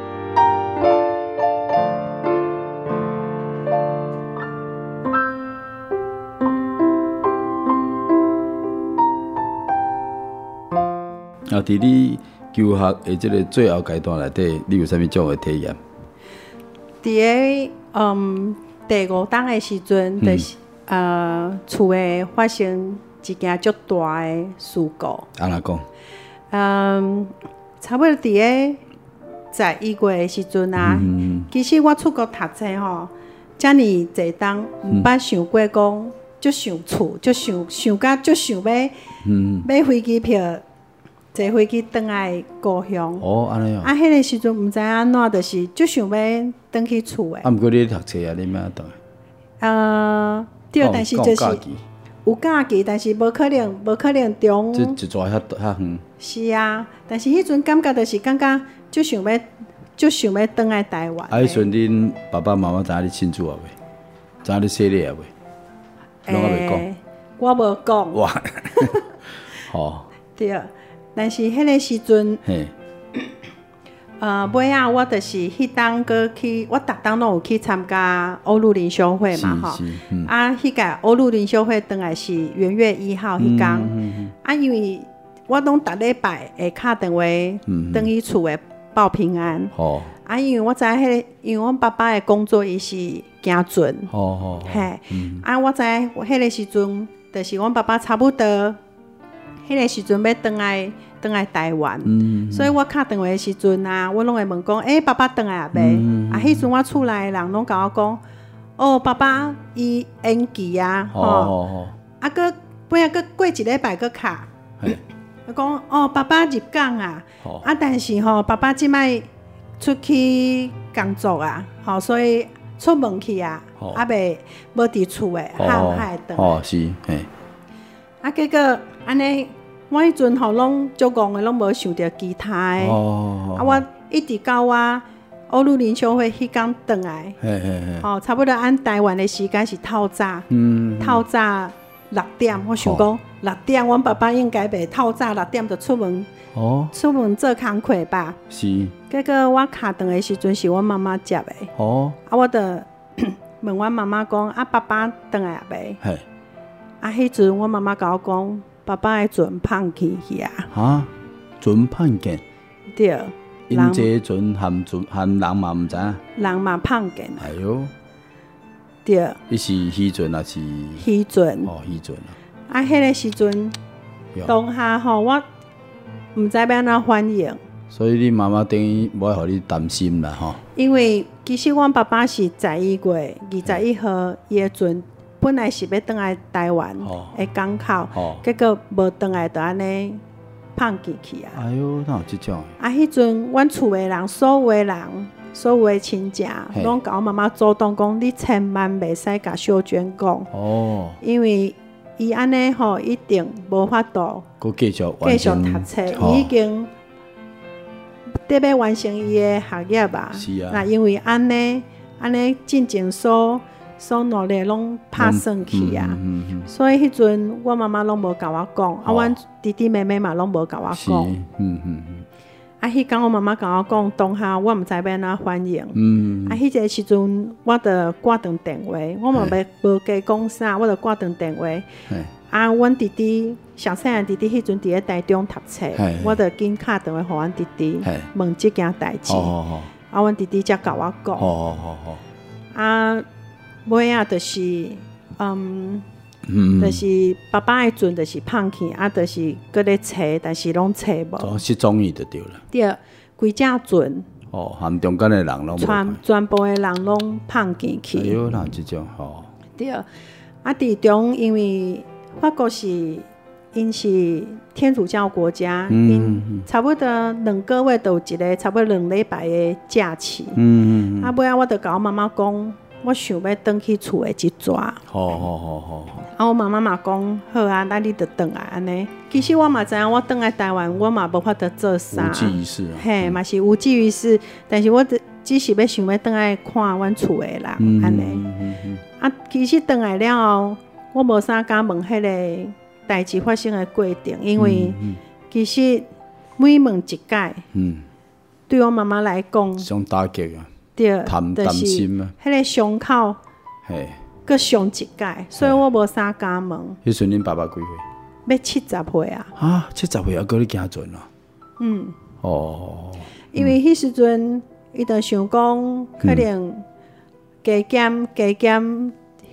啊，伫你求学的这个最后阶段内底，你有啥物种的体验？ 伫个第5档的时阵，就是厝诶发生一件足大的事故。 安怎讲？ 差不多伫个11月的时阵啊，其实我出国读册吼，遮尔济档，毋捌想过讲，足想厝，足想甲足想要买飞机票。坐飞机转来故乡。 哦，安尼哦。 迄个时阵毋知安怎，就是就想要转去厝诶。 毋过你读册啊，你咩倒？ 对，但是就是有假期，但是无可能中。 这一抓遐远。 是啊，但是迄阵感觉就是感觉就想要转来台湾。 迄阵恁爸爸妈妈知影你庆祝啊未？知影你洗礼啊未？拢还袂讲。 我无讲。 哇。哦。 对。但是迄个时阵，尾啊，我就是迄当个去，我逐当拢有去参加欧陆灵修会嘛，吼。迄个欧陆灵修会当来是元月1号迄天，因为我拢逐礼拜会敲电话转去厝诶报平安。因为我知迄个，因为阮爸爸诶工作伊是行船，嘿，我知迄个时阵，就是阮爸爸差不多迄个时阵要转来台湾，所以我敲电话的时阵啊，我拢会问讲，爸爸转来啊未？迄阵我厝内的人拢甲我讲，哦，爸爸伊延期啊，个尾啊，过一礼拜个敲，我讲哦，爸爸入港啊，但是爸爸即摆出去工作啊，所以出门去啊，未无伫厝诶，会转。 是， 结果安尼。我迄阵拢足戆诶，拢无想到其他诶。我一直到我欧陆灵修会迄天转来，差不多按台湾的时间是透早6点。我想讲6点，阮爸爸应该袂透早6点就出门做工课吧。 是。 结果我敲电的时阵是阮妈妈接诶。我就问阮妈妈讲，爸爸转来未？迄阵阮妈妈甲我讲。爸爸的船胖去啊！ 船胖见？ 对。 因这船含人嘛毋知影。 人嘛胖见。 哎呦。 对。 伊是渔船还是？ 渔船。 渔船啊！迄个时阵，当下我毋知要安怎反应。 所以你妈妈等于无互你担心啦， 因为其实阮爸爸是11月21号伊的船。本来是要转来台湾的港口，结果无转来，就安尼胖去啊！ 哎呦，哪有这种？ 迄阵阮厝的人，所有的亲戚，拢甲我妈妈主动讲，你千万袂使甲小娟讲，因为伊安尼一定无法度继续读册，伊已经得要完成伊的学业吧？ 是啊。 那因为安尼进前所努力拢拍算去啊，所以迄阵我妈妈拢无甲我讲，阮弟弟妹妹嘛拢无甲我讲。迄天我妈妈甲我讲，当下我毋知要安怎反应。迄个时阵我就挂断电话，我嘛无加讲啥，我就挂断电话。阮弟弟上细汉弟弟迄阵伫咧台中读册，我就紧敲电话互阮弟弟问即件代志。阮弟弟才甲我讲。尾啊，就是就是爸爸的船就是胖去，就是搁咧找，但是拢找无。 失踪去就对了。 对，规只船。 含中间的人拢全部的人拢胖去。 哎呦，哪这种对，伫中因为法国是因是天主教国家，因差不多2个月就有一个差不多2礼拜的假期。啊，尾仔我就甲我妈妈讲，我想要回去厝的一抓。 好。 啊，我妈妈嘛讲好啊，那你就回来安尼。其实我嘛知影，我回来台湾，我嘛无法度做啥。 无济于事啊。 嘿，嘛是无济于事，但是我只是要想要回来看阮厝的人安尼。啊，其实回来了后，我无啥敢问迄个代志发生的过程，因为其实每问一届，对我妈妈来讲， 上打击啊， 对， 担心啊， 迄个伤口， 嘿， 搁伤一届，所以我无啥敢问。 迄阵恁爸爸几岁？ 要70岁啊！ 啊，70岁还搁咧行船啊？哦， 因为迄时阵，伊就想讲，可能加减。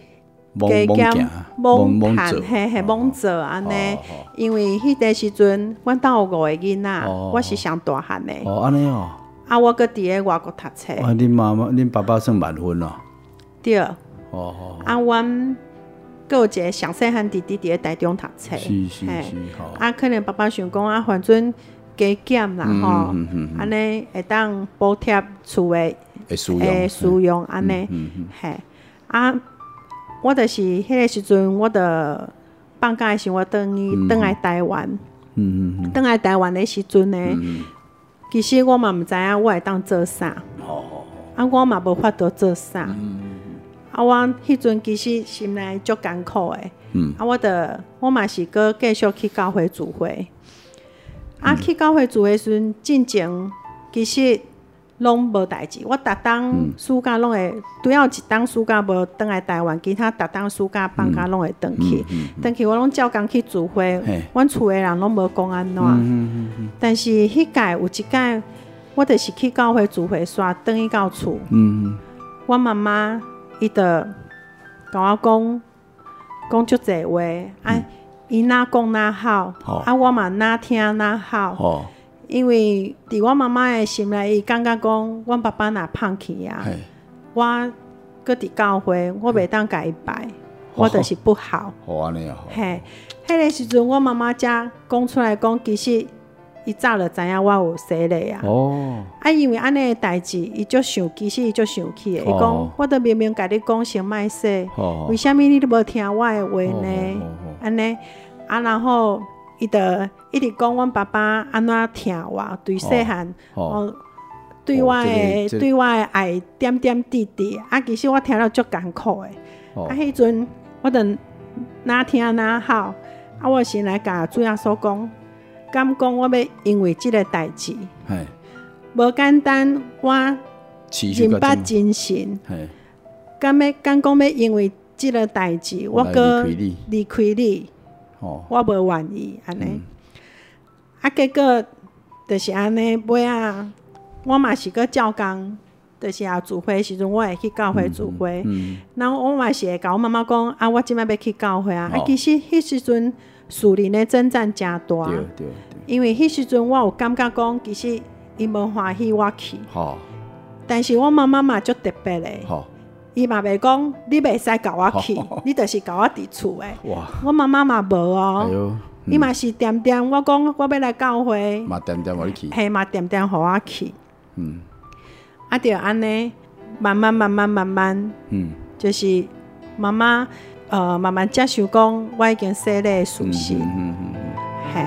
猛谈嘿猛做安尼，因为迄个时阵，阮兜有5个囡仔，我是上大汉的。 哦，安尼哦。 啊，我搁伫咧外国读册。 啊，恁爸爸算晚婚咯？ 对。 哦。 啊，阮搁有一个上细汉弟弟伫咧台中读册。 是，好。 啊，可能爸爸想讲啊，反正加减啦吼，安尼会当补贴厝的使用安尼，嘿啊。我就是迄个时阵，我的放假的时候，我转来台湾。转来台湾的时阵呢，其实我嘛毋知影我会当做啥。啊，我嘛无法度做啥。啊，我迄阵其实心内足艰苦的。啊，我嘛是搁继续去教会聚会。啊，去教会聚会时阵，进前其实。拢无代志，我逐当暑假拢会，除了有一当暑假无转来台湾，其他逐当暑假放假拢会转去。转去我拢照工去聚会，阮厝的人拢无讲安怎。但是迄届有一届，我就是去教会聚会煞转去到厝。我妈妈伊就甲我讲足侪话，啊，伊哪讲哪好，啊，我嘛哪听哪好。因为伫我妈妈的心内，伊感觉讲，阮爸爸若放弃啊，我搁伫教会，我袂当甲伊拜，我就是不好。 安尼啊。 嘿，迄个时阵，我妈妈才讲出来讲，其实伊早就知影我有洗礼啊。啊，因为安尼的代志，伊足生，其实伊足生气的。伊讲，我都明明甲你讲先莫洗，为虾米你都无听我的话呢？安尼啊，然后。伊就一直讲阮爸爸安怎疼我，对细汉对我的爱点点滴滴，啊，其实我听了足艰苦的。啊，迄阵我就哪听哪好，啊，我先来甲主耶稣讲，敢讲我要因为即个代志，无简单，我人捌真心，敢讲要因为即个代志，我搁离开你。我无愿意安尼，啊，结果就是安尼，尾仔我嘛是搁照工，就是也聚会时阵，我会去教会聚会，然后我嘛是会甲我妈妈讲，啊，我即摆要去教会啊，啊，其实迄时阵属灵的征战真大，因为迄时阵我有感觉讲，其实伊无欢喜我去，但是我妈妈嘛足特别的。伊嘛袂讲，你袂使甲我去，你就是甲我伫厝诶。我妈妈嘛无哦，伊嘛是点点，我讲我要来教会， 嘛点点我去， 嘿嘛点点互我去。啊，就安尼慢慢，就是妈妈慢慢接受讲，我已经洗礼的事实，嘿。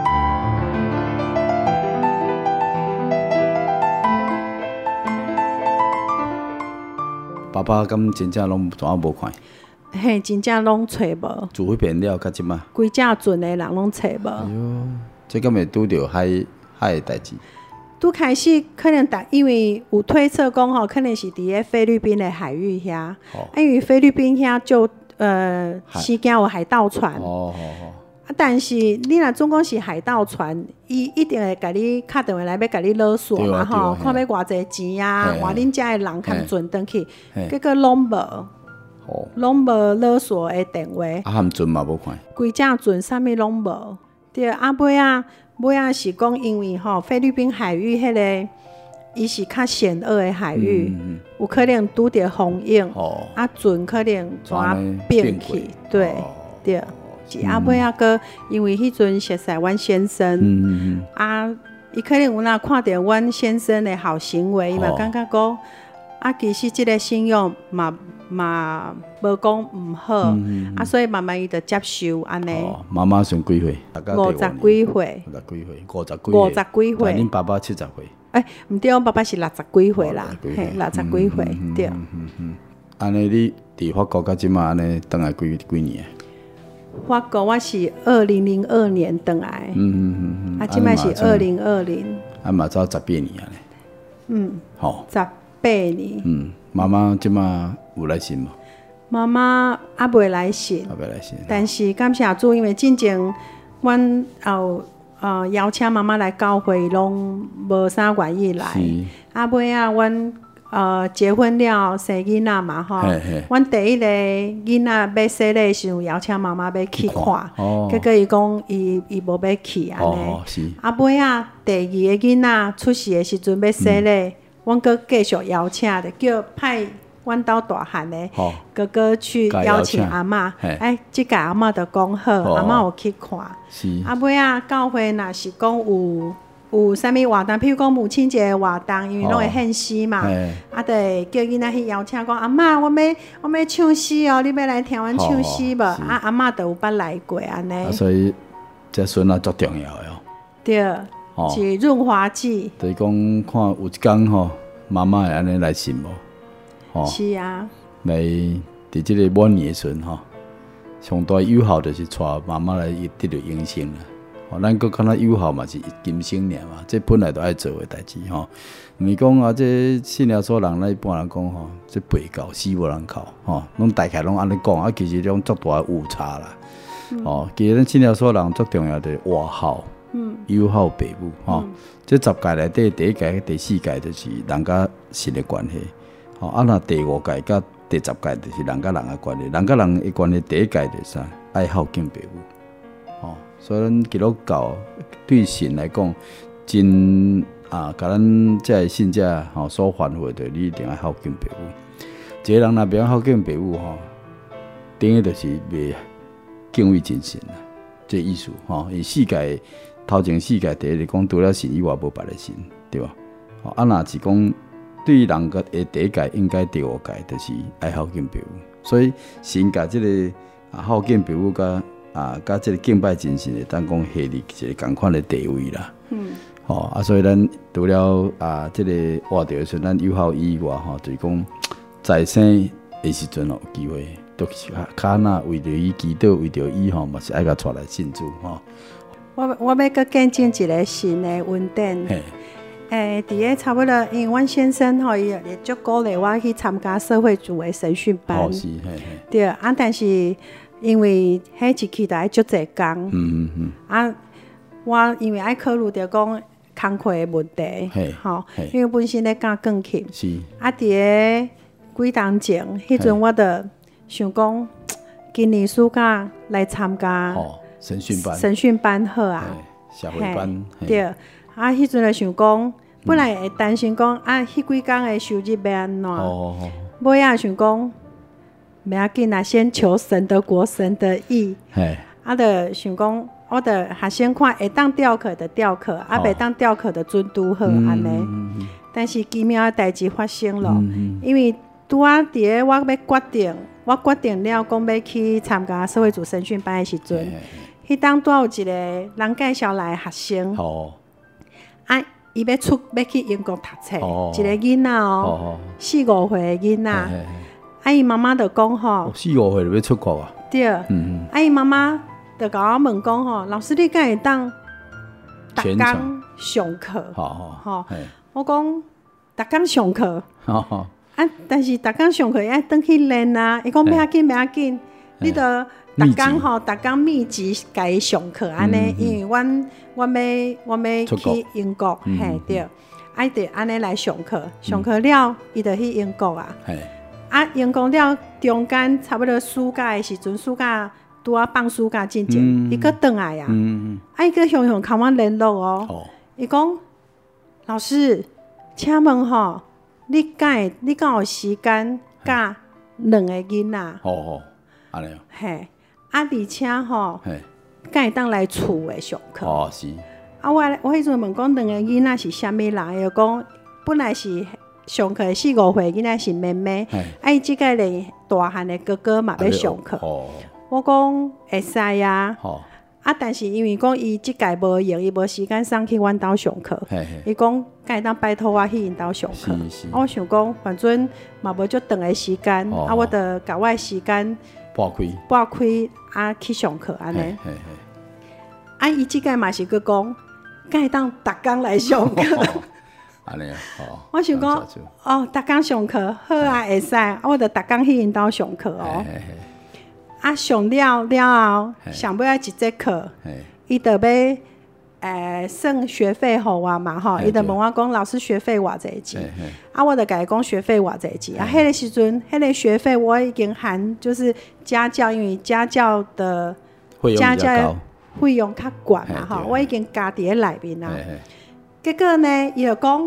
爸爸敢真正拢怎啊无看？ 嘿，真正拢找无。 自迄边了，甲即马。 规只船的人拢找无。 哎呦，这敢会拄着海的代志？ 拄开始可能因为有推测讲吼，可能是伫咧菲律宾的海域遐，因为菲律宾遐就时间有海盗船。但是你若总讲是海盗船，伊一定会甲你敲电话来要甲你勒索嘛吼，看要偌济钱啊，换恁遮的人牵船转去，结果拢无勒索的电话。 啊，含船嘛无看， 规只船啥物拢无。对，啊尾仔是讲因为吼菲律宾海域迄个，伊是较险恶的海域，有可能拄着风影，啊船可能怎变去，对。 是啊尾啊个，因为迄阵熟悉阮先生，啊，伊可能有哪看到阮先生的好行为，伊嘛感觉讲，啊，其实即个信用嘛无讲毋好，啊，所以慢慢伊就接受安尼。 妈妈算几岁？ 50几岁。50几岁。 恁爸爸70岁。 毋对，阮爸爸是60几岁啦，嘿，60几岁，对。 安尼你伫法国到即马安尼倒来几年？ 法国我是2002年倒来，啊，即摆是2020， 啊嘛走18年啊咧。吼 ，18年。 妈妈即马有来信无？ 妈妈还未来信，但是感谢主，因为进前阮有邀请妈妈来教会，拢无啥愿意来。啊尾啊，阮结婚了生囡仔嘛吼，阮第一个囡仔要生的时候，邀请妈妈要去看，结果伊讲伊无要去安尼。啊尾啊，第二个囡仔出世的时阵要生咧，阮阁继续邀请的，叫派阮兜大汉的哥哥去邀请阿嬷。即个阿嬷就讲好，阿嬷有去看。啊尾啊，教会若是讲有啥物活动，譬如讲母亲节的活动，因为拢会献诗嘛，啊，就会叫囡仔去邀请讲阿嬷，我要唱诗哦，你要来听阮唱诗无？啊，阿嬷就有捌来过安尼。 所以这孙仔足重要的哦。 对，是润滑剂。 就是讲看有一天吼，妈妈会安尼来信无？ 是啊。 来伫即个满年的时阵吼，上大友好就是带妈妈来得到永生啦。咱阁敢若友好嘛是今生尔嘛，这本来就爱做的代志吼。毋是讲这信耶稣人，咱一般人讲吼，这背教死无人靠吼，拢大概拢安尼讲，其实种足大的误差啦。其实咱信耶稣人最重要的外孝，友好父母吼。这10届内底第1届、第4届就是人甲神的关系，若第5届甲第10届就是人甲人的关系，人甲人的关系第1届就是啥？爱孝敬父母。所以咱基督教对神来讲，真甲咱这个信者所吩咐的，你一定要孝敬父母。一个人若袂孝敬父母等于就是袂敬畏真神啦，这意思因世界头前世界第一是讲除了神以外无别的神，对吧？若是讲对人个的第1届应该第5届就是爱孝敬父母，所以神甲这个孝敬父母甲这个敬拜真神的，当讲下伫一个同款的地位啦。所以咱除了这个活着的时候，咱友好以外就是讲在生的时阵有机会，都是较那为着伊祈祷，为着伊嘛是爱甲带来信主我要搁见证一个新的恩典。伫个差不多，因为阮先生伊也足鼓励我去参加社会组的神训班。对但是。因为迄一期就爱足侪工，我因为爱考虑着讲工课的问题，因为本身咧教钢琴，伫个几冬前，迄阵我就想讲，今年暑假来参加神训班好啊， 社会班对，迄阵就想讲，本来会担心讲迄几工的收入要安怎，尾仔想讲。袂要紧啊，先求神的国、神的义。就想讲，我就先看会当调课的调课，袂当调课的准拄好安尼。但是奇妙的代志发生了，因为拄伫个我决定了讲要去参加社会组神训班的时阵，迄当拄有一个人介绍来的学生，伊要去英国读册，一个囡仔4、5岁的囡仔。伊妈妈就讲4、 5岁就要出国啊？ 对，伊妈妈就甲我问讲老师你敢会当逐工上课？我讲逐工上课，但是逐工上课要转去练啊。伊讲袂要紧，你着逐工密集甲伊上课安尼，因为我要去英国，对，就安尼来上课，上课了伊就去英国啊。英国了中间差不多暑假的时阵，暑假拄放暑假之前，伊搁转来啊。伊搁常常甲我联络伊讲老师，请问你敢有时间教2个囡仔？ 安尼而且吼，敢会当来厝诶上课。 哦，是。 我迄阵问讲，两个囡仔是啥物人？伊讲本来是上课4-5岁囡仔是妹妹，伊即个咧大汉的哥哥嘛要上课。我讲会使啊。但是因为讲伊即届无闲，伊无时间送去阮兜上课。伊讲敢会当拜托我去因兜上课。我想讲，反正嘛无足长的时间，我着甲我的时间拨开去上课安尼。伊即届嘛是佫讲，敢会当逐工来上课。 安尼我想讲，逐工上课好啊，会使，我着逐工去因兜上课哦。上了后，上尾一节课，伊就要算学费互我嘛吼，伊就问我讲老师学费偌济钱，我就甲伊讲学费偌济钱，迄个时阵，迄个学费我已经含就是家教，因为家教的家教费用较悬嘛吼，我已经加伫咧内面啊。结果呢，伊就讲。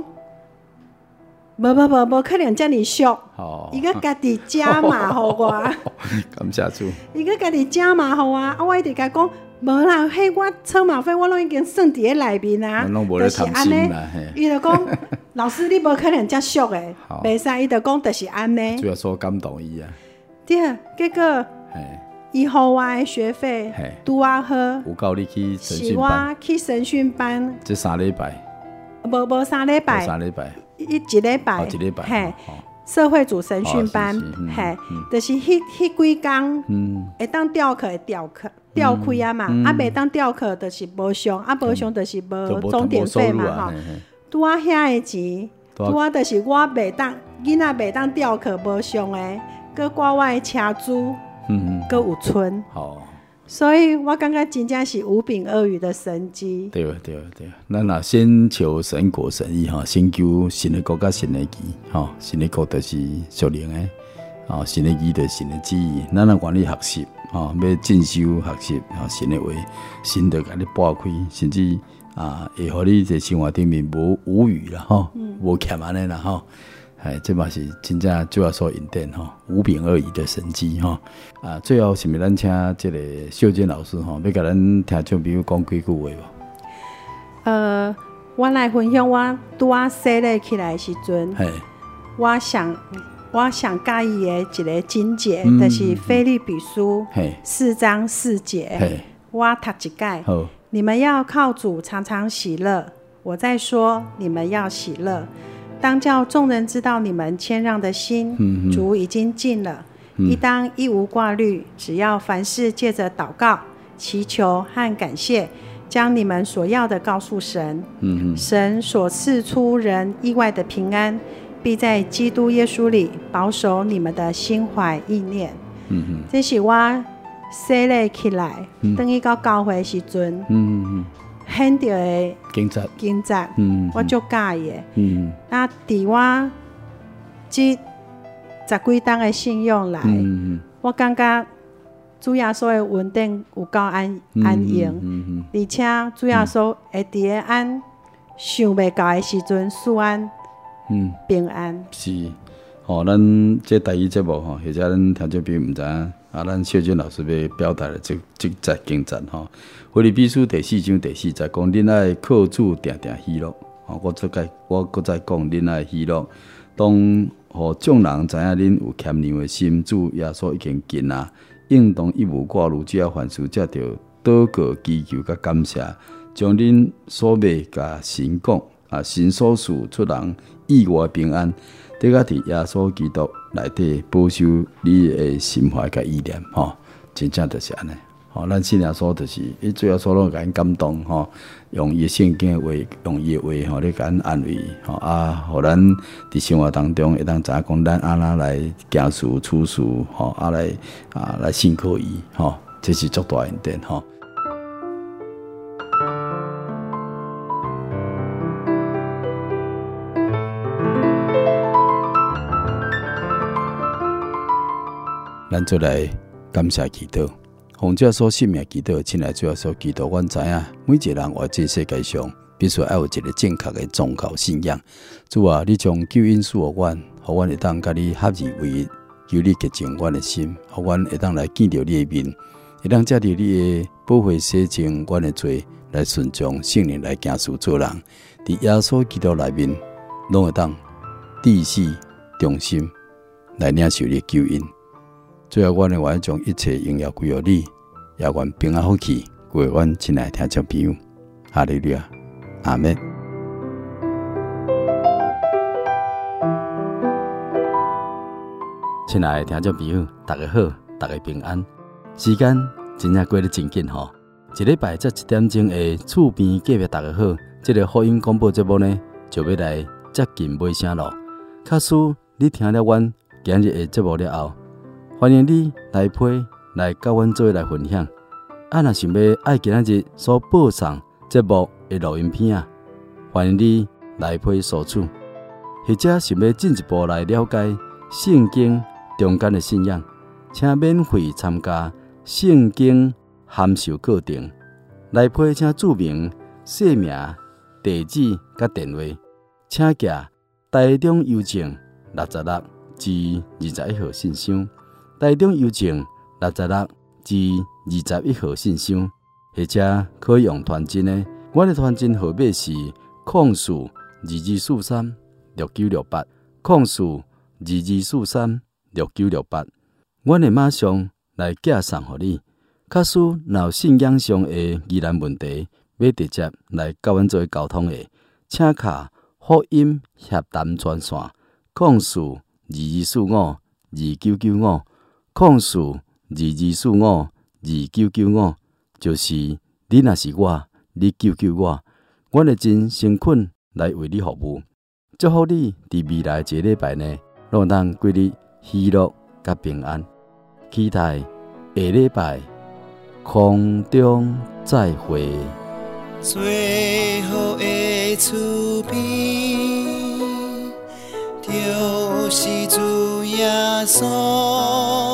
无可能遮尔俗，伊个家己加码互我， 感谢主。 伊个家己加码互我，我一直甲讲，无啦，迄我车马费我拢已经算伫咧内面啊，就是安尼。伊就讲，老师你无可能遮俗诶，袂使。伊就讲，就是安尼。 主要说感动伊啊。 对，结果伊互我诶学费拄啊好， 有够你去神训班，是我去神训班， 这3礼拜， 无3礼拜。一礼拜，嘿，社会组神训班，嘿，就是迄几工，会当调课会调开啊嘛，袂当调课就是无上，无上就是无钟点费嘛吼。拄啊遐的钱，拄啊就是我袂当囡仔袂当调课无上的，佮挂我的车租，佮有剩。所以我感觉真正是无柄鳄鱼的神机。 对，咱若先求神国神意哈，先求神的国甲神的义哈，神的国就是属灵的，神的义就是神的旨意。咱若愿意学习要进修学习神的话，神就甲你拨开，甚至会互你在生活顶面无语啦吼，无欠安尼啦吼。这嘛是真正主要所引电无柄鳄鱼的神迹最后是咪咱请这个秀娟老师要甲咱听众朋友讲几句话无？ 我来分享我拄啊洗礼起来的时阵，我想介意的一个经节，就是腓立比书4章4节，我读一解。你们要靠主常常喜乐。我在说，你们要喜乐。当叫众人知道你们谦让的心，主已经尽了。应当一无挂虑，只要凡事借着祷告、祈求和感谢，将你们所要的告诉神。神所赐出人意外的平安，必在基督耶稣里保守你们的心怀意念。这是我洗礼起来，等于到教会的时阵。很到的警察，我足介意的。那伫我这10几档的信用来，我感觉主耶稣的稳定有够安营，而且主耶稣会伫咧按想袂到的时阵赐安平安。 是，咱这第一节目或者咱听众朋友唔知影咱秀娟老师要表达的这节经节腓立比书第4章第4节讲，恁爱靠主定定喜乐。我搁再讲，恁爱喜乐。当互众人知影恁有谦让的心，主耶稣已经近啊，应当一无挂虑，只要凡事借着祷告、祈求甲感谢，将恁所要甲神讲神所赐出人意外平安，得甲伫耶稣基督内底保守你的心怀甲意念真正就是安尼。咱信耶稣就是伊主要所拢甲因感动用伊圣经的话，用伊的话咧甲因安慰互咱伫生活当中会当知影讲咱安怎来行事处事来信靠伊这是足大恩典咱就来感谢祈祷。奉这所信命祈祷，亲爱主耶稣基督，阮知影每一个人活在世界上，必须要有一个正确的宗教信仰。主啊，你将救恩赐予阮，互阮会当甲你合而为一，求你洁净阮的心，互阮会当来见到你的面， 会当借着你的保护洗净阮的罪，来顺从圣灵来行事做人，伫耶稣基督内面，拢会当地死忠心来领受你的救恩。最后，阮会将一切荣耀归于你，也愿平安福气归于阮亲爱的听众朋友。哈利路亚，阿们。亲爱的听众朋友，大家好，大家平安。时间真正过得真紧吼，一礼拜才1点钟的厝边隔壁大家好，这个福音广播节目呢，就要来接近尾声咯。假使你听了阮今日的节目了后，欢迎你来批来跟阮做来分享。若想要爱今日所播送节目的录音片啊，欢迎你来批索取，或者想要进一步来了解圣经中间的信仰，请免费参加圣经函授课程。来批请注明姓名、地址甲电话，请寄台中邮政66至21号信箱，台中邮政66至21号信箱，或者可以用传真的。我的传真号码是0422436968，0422436968。我会马上来寄送给你。假使有信仰上的疑难问题，要直接来跟阮做沟通的，请卡福音协谈专线0422452995，0422452995，就是你若是我，你救救我，我会真诚恳来为你服务。祝福你伫未来一个礼拜呢，拢当过日喜乐甲平安。期待下礼拜空中再会。 最后的厝边，就是主耶稣。